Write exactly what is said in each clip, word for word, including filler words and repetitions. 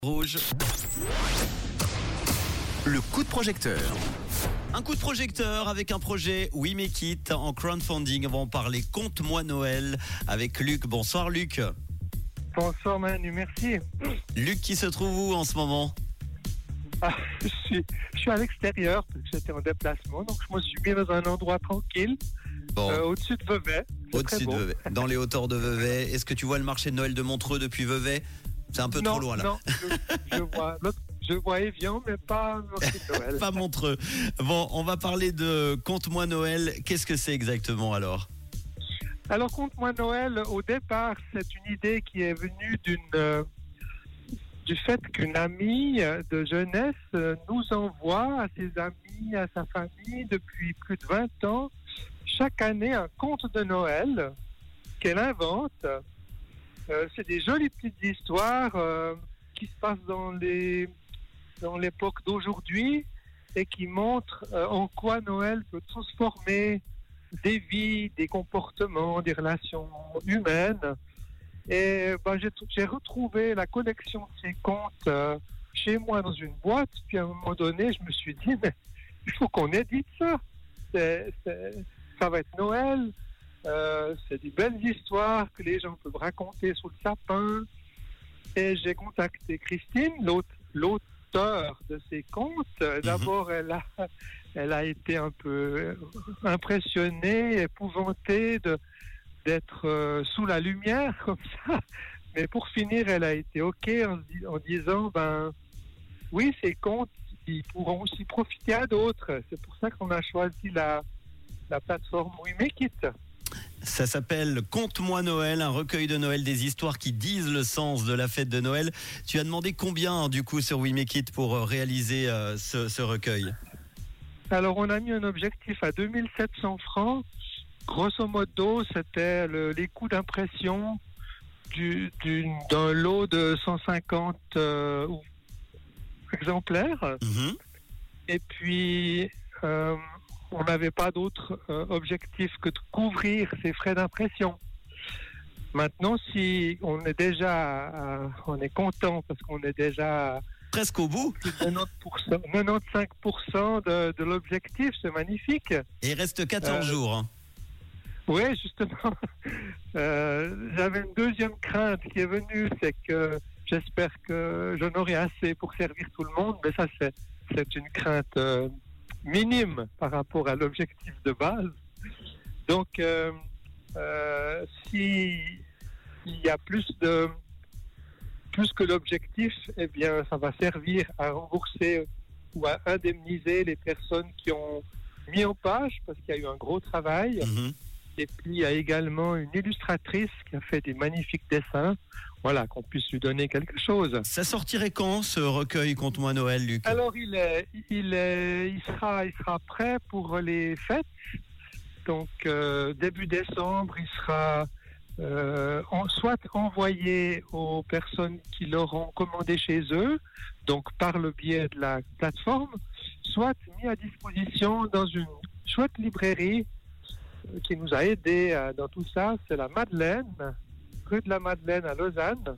Rouge. Le coup de projecteur. Un coup de projecteur avec un projet We Make It en crowdfunding. On va en parler. Conte-moi Noël avec Luc. Bonsoir Luc. Bonsoir Manu, merci. Luc qui se trouve où en ce moment? Ah, je, suis, je suis à l'extérieur parce que j'étais en déplacement, donc je me suis mis dans un endroit tranquille, Bon. euh, au-dessus de Vevey. C'est Au-dessus très de beau. Vevey, dans les hauteurs de Vevey. Est-ce que tu vois le marché de Noël de Montreux depuis Vevey? C'est un peu non, trop loin là. Non, je, je vois, je vois Évian, mais pas Noël. Pas Montreux. Bon, on va parler de Conte-moi Noël. Qu'est-ce que c'est exactement alors? Alors, Conte-moi Noël, au départ, c'est une idée qui est venue d'une, euh, du fait qu'une amie de jeunesse euh, nous envoie à ses amis, à sa famille, depuis plus de vingt ans, chaque année un conte de Noël qu'elle invente. Euh, c'est des jolies petites histoires euh, qui se passent dans les dans l'époque d'aujourd'hui et qui montrent euh, en quoi Noël peut transformer des vies, des comportements, des relations humaines. Et ben, j'ai, j'ai retrouvé la collection de ces contes euh, chez moi dans une boîte. Puis à un moment donné, je me suis dit, mais il faut qu'on édite ça. C'est, c'est, ça va être Noël. Euh, c'est des belles histoires que les gens peuvent raconter sous le sapin. Et j'ai contacté Christine, l'autre, l'auteur de ces contes. D'abord, elle a, elle a été un peu impressionnée, épouvantée de, d'être euh, sous la lumière comme ça. Mais pour finir, elle a été OK en, en disant, ben oui, ces contes, ils pourront aussi profiter à d'autres. C'est pour ça qu'on a choisi la, la plateforme We Make It. Ça s'appelle Conte-moi Noël, un recueil de Noël, des histoires qui disent le sens de la fête de Noël. Tu as demandé combien du coup sur We Make It pour réaliser euh, ce, ce recueil? Alors on a mis un objectif à deux mille sept cents francs. Grosso modo, c'était le, les coûts d'impression du, du, d'un lot de cent cinquante euh, exemplaires. Mmh. Et puis... Euh, on n'avait pas d'autre euh, objectif que de couvrir ces frais d'impression. Maintenant, si on est déjà, à, on est content parce qu'on est déjà à presque au bout. quatre-vingt-dix pour cent, quatre-vingt-quinze pour cent de, de l'objectif, c'est magnifique. Et il reste quatorze euh, jours. Hein. Oui, justement. Euh, j'avais une deuxième crainte qui est venue, c'est que j'espère que j'en aurai assez pour servir tout le monde, mais ça, c'est, c'est une crainte euh, minime par rapport à l'objectif de base. Donc, euh, euh, si il y a plus de plus que l'objectif, eh bien, ça va servir à rembourser ou à indemniser les personnes qui ont mis en page, parce qu'il y a eu un gros travail. Mmh. Et puis, il y a également une illustratrice qui a fait des magnifiques dessins. Voilà, qu'on puisse lui donner quelque chose. Ça sortirait quand, ce recueil Conte-moi Noël, Luc? Alors, il est, il est, il sera, il sera prêt pour les fêtes. Donc, euh, début décembre, il sera euh, en, soit envoyé aux personnes qui l'auront commandé chez eux, donc par le biais de la plateforme, soit mis à disposition dans une chouette librairie qui nous a aidés euh, dans tout ça. C'est la Madeleine, rue de la Madeleine à Lausanne.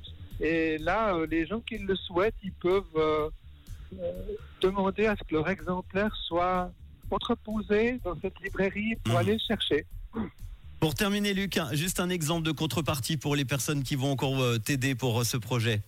Et là, euh, les gens qui le souhaitent, ils peuvent euh, euh, demander à ce que leur exemplaire soit entreposé dans cette librairie pour mmh. aller le chercher. Pour terminer, Luc, juste un exemple de contrepartie pour les personnes qui vont encore euh, t'aider pour euh, ce projet.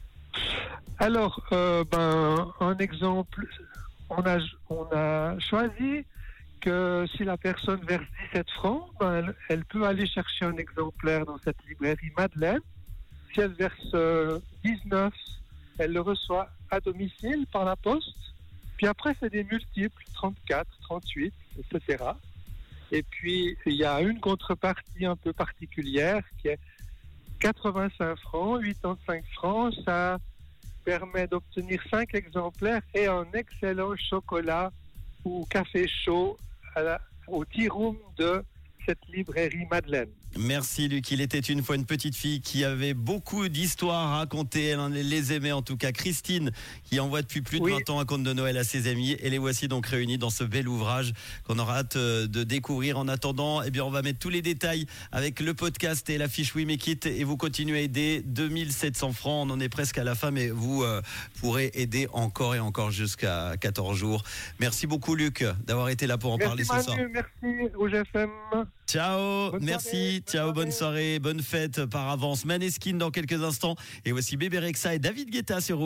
Alors, euh, ben, un exemple, on a, on a choisi que si la personne verse dix-sept francs, ben, elle, elle peut aller chercher un exemplaire dans cette librairie Madeleine. Si elle verse euh, dix-neuf, elle le reçoit à domicile par la poste. Puis après, c'est des multiples, trente-quatre, trente-huit, et cetera. Et puis, il y a une contrepartie un peu particulière qui est quatre-vingt-cinq francs, quatre-vingt-quinze francs. Ça permet d'obtenir cinq exemplaires et un excellent chocolat ou café chaud à la, au tea room de cette librairie Madeleine. Merci Luc, il était une fois une petite fille qui avait beaucoup d'histoires à raconter, elle les aimait en tout cas. Christine qui envoie depuis plus de Oui. vingt ans un conte de Noël à ses amis et les voici donc réunis dans ce bel ouvrage qu'on aura hâte de découvrir. En attendant, eh bien on va mettre tous les détails avec le podcast et la fiche We Make It et vous continuez à aider. Deux mille sept cents francs, on en est presque à la fin mais vous euh, pourrez aider encore et encore jusqu'à quatorze jours. Merci beaucoup Luc d'avoir été là pour en Merci parler Manu, ce soir. merci Rouge F M. Ciao, Bonne merci, soirée, ciao, bonne bonne soirée, bonne fête par avance. Maneskin dans quelques instants et voici Bébé Rexha et David Guetta sur